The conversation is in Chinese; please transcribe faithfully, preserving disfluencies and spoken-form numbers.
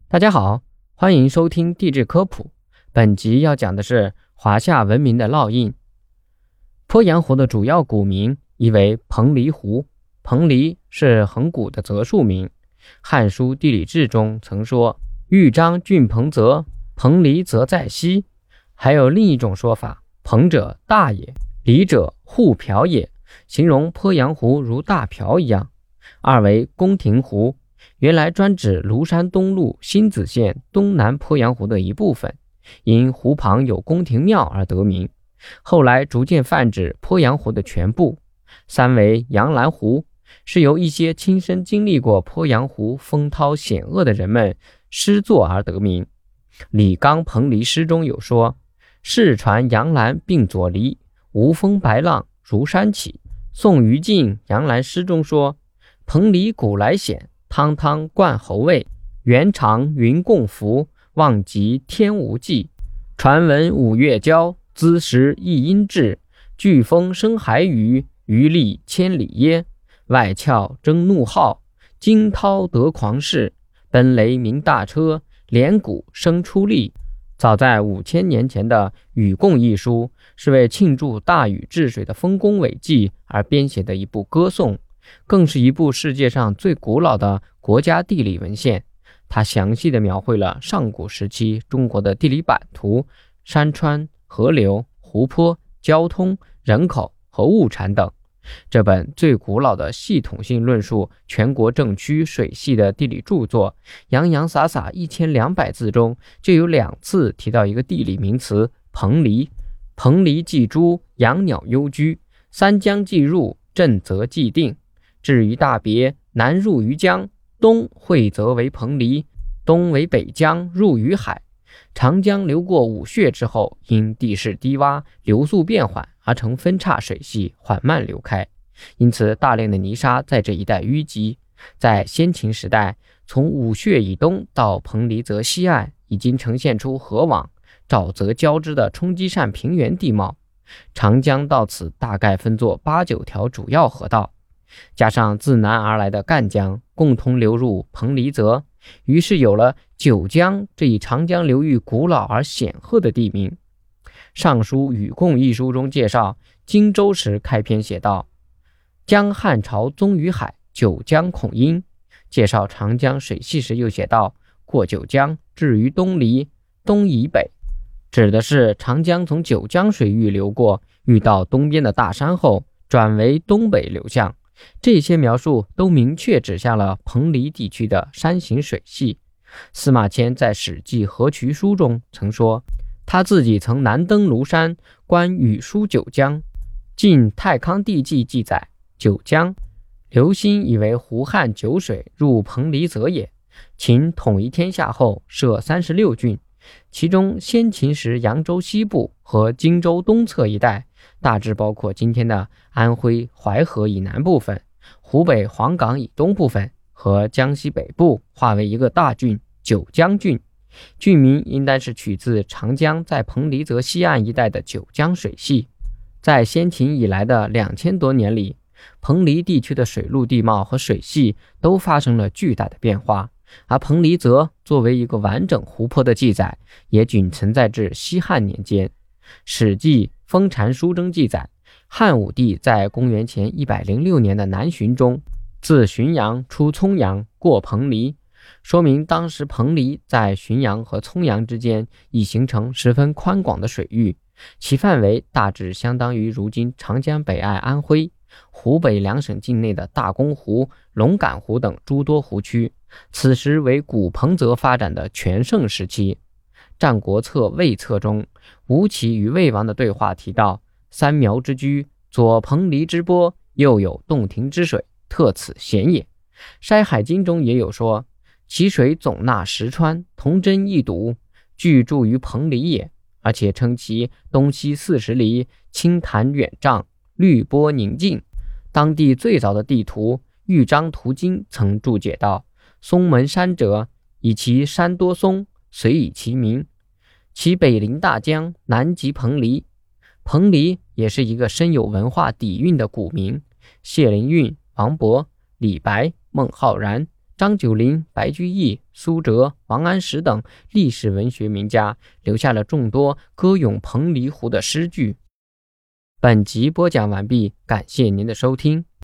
大家好，欢迎收听地质科普。本集要讲的是华夏文明的烙印。鄱阳湖的主要古名意为彭蠡湖，彭蠡是很古的泽树名。《汉书地理志》中曾说：“豫章郡彭泽，彭蠡则在西。”还有另一种说法，彭者大也，蠡者户瓢也，形容鄱阳湖如大瓢一样。二为宫廷湖，原来专指庐山东路新子县东南鄱阳湖的一部分，因湖旁有宫廷庙而得名，后来逐渐泛指鄱阳湖的全部。三为杨澜湖，是由一些亲身经历过鄱阳湖风涛险恶的人们诗作而得名。李纲《彭蠡诗》中有说：“世传杨澜并左离，无风白浪如山起。”宋余敬《杨澜诗》中说：“彭蠡古来险，汤汤冠侯位，原长云共浮，望极天无际。传闻五岳交，兹时一阴至。飓风生海雨，余力千里耶。外壳争怒号，惊涛得狂势。奔雷鸣大车，连鼓声出力。”早在五千年前的《禹贡》一书，是为庆祝大禹治水的丰功伟绩而编写的一部歌颂，更是一部世界上最古老的国家地理文献。它详细地描绘了上古时期中国的地理版图、山川、河流、湖泊、交通、人口和物产等。这本最古老的系统性论述全国政区水系的地理著作，洋洋洒洒一千两百字中就有两次提到一个地理名词彭蠡。彭蠡既出，养鸟幽居；三江既入，震泽既定。至于大别，南入于江，东汇泽为彭蠡，东为北江，入于海。长江流过五穴之后，因地势低洼，流速变缓而成分叉水系，缓慢流开，因此大量的泥沙在这一带淤积。在先秦时代，从五穴以东到彭蠡泽西岸，已经呈现出河网、沼泽交织的冲积扇平原地貌。长江到此大概分作八九条主要河道，加上自南而来的赣江，共同流入彭蠡泽，于是有了九江这一长江流域古老而显赫的地名。尚书《禹贡》一书中介绍，荆州时开篇写道：“江汉朝宗于海，九江孔殷。”介绍长江水系时又写道：“过九江，至于东离，东以北。”指的是长江从九江水域流过，遇到东边的大山后，转为东北流向。这些描述都明确指向了彭蠡地区的山形水系。司马迁在《史记河渠书》中曾说，他自己曾南登庐山，观禹书九江。晋太康帝纪记载，九江刘歆以为胡汉九水入彭蠡泽也。秦统一天下后，设三十六郡，其中先秦时扬州西部和荆州东侧一带，大致包括今天的安徽淮河以南部分、湖北黄冈以东部分和江西北部，划为一个大郡九江郡。郡名应当是取自长江在彭蠡泽西岸一带的九江水系。在先秦以来的两千多年里，彭蠡地区的水陆地貌和水系都发生了巨大的变化，而彭蠡泽作为一个完整湖泊的记载，也仅存在至西汉年间。《史记·封禅书》中记载，汉武帝在公元前一百零六年的南巡中，自浔阳出葱阳，过彭蠡，说明当时彭蠡在浔阳和葱阳之间已形成十分宽广的水域，其范围大致相当于如今长江北岸安徽、湖北两省境内的大公湖、龙岗湖等诸多湖区。此时为古彭泽发展的全盛时期。《战国策·魏策》中，吴起与魏王的对话提到，三苗之居，左彭蠡之波，右有洞庭之水，特此险也。《山海经》中也有说，其水总纳十川，同真一堵，聚注于彭蠡也，而且称其东西四十里，清潭远丈，绿波宁静。当地最早的地图《豫章图经》曾注解道：“松门山者，以其山多松，遂以其名。其北临大江，南及彭蠡。”彭蠡也是一个深有文化底蕴的古名。谢灵运、王勃、李白、孟浩然、 张九龄、白居易、苏辙、王安石等历史文学名家留下了众多歌咏彭蠡湖的诗句。本集播讲完毕，感谢您的收听。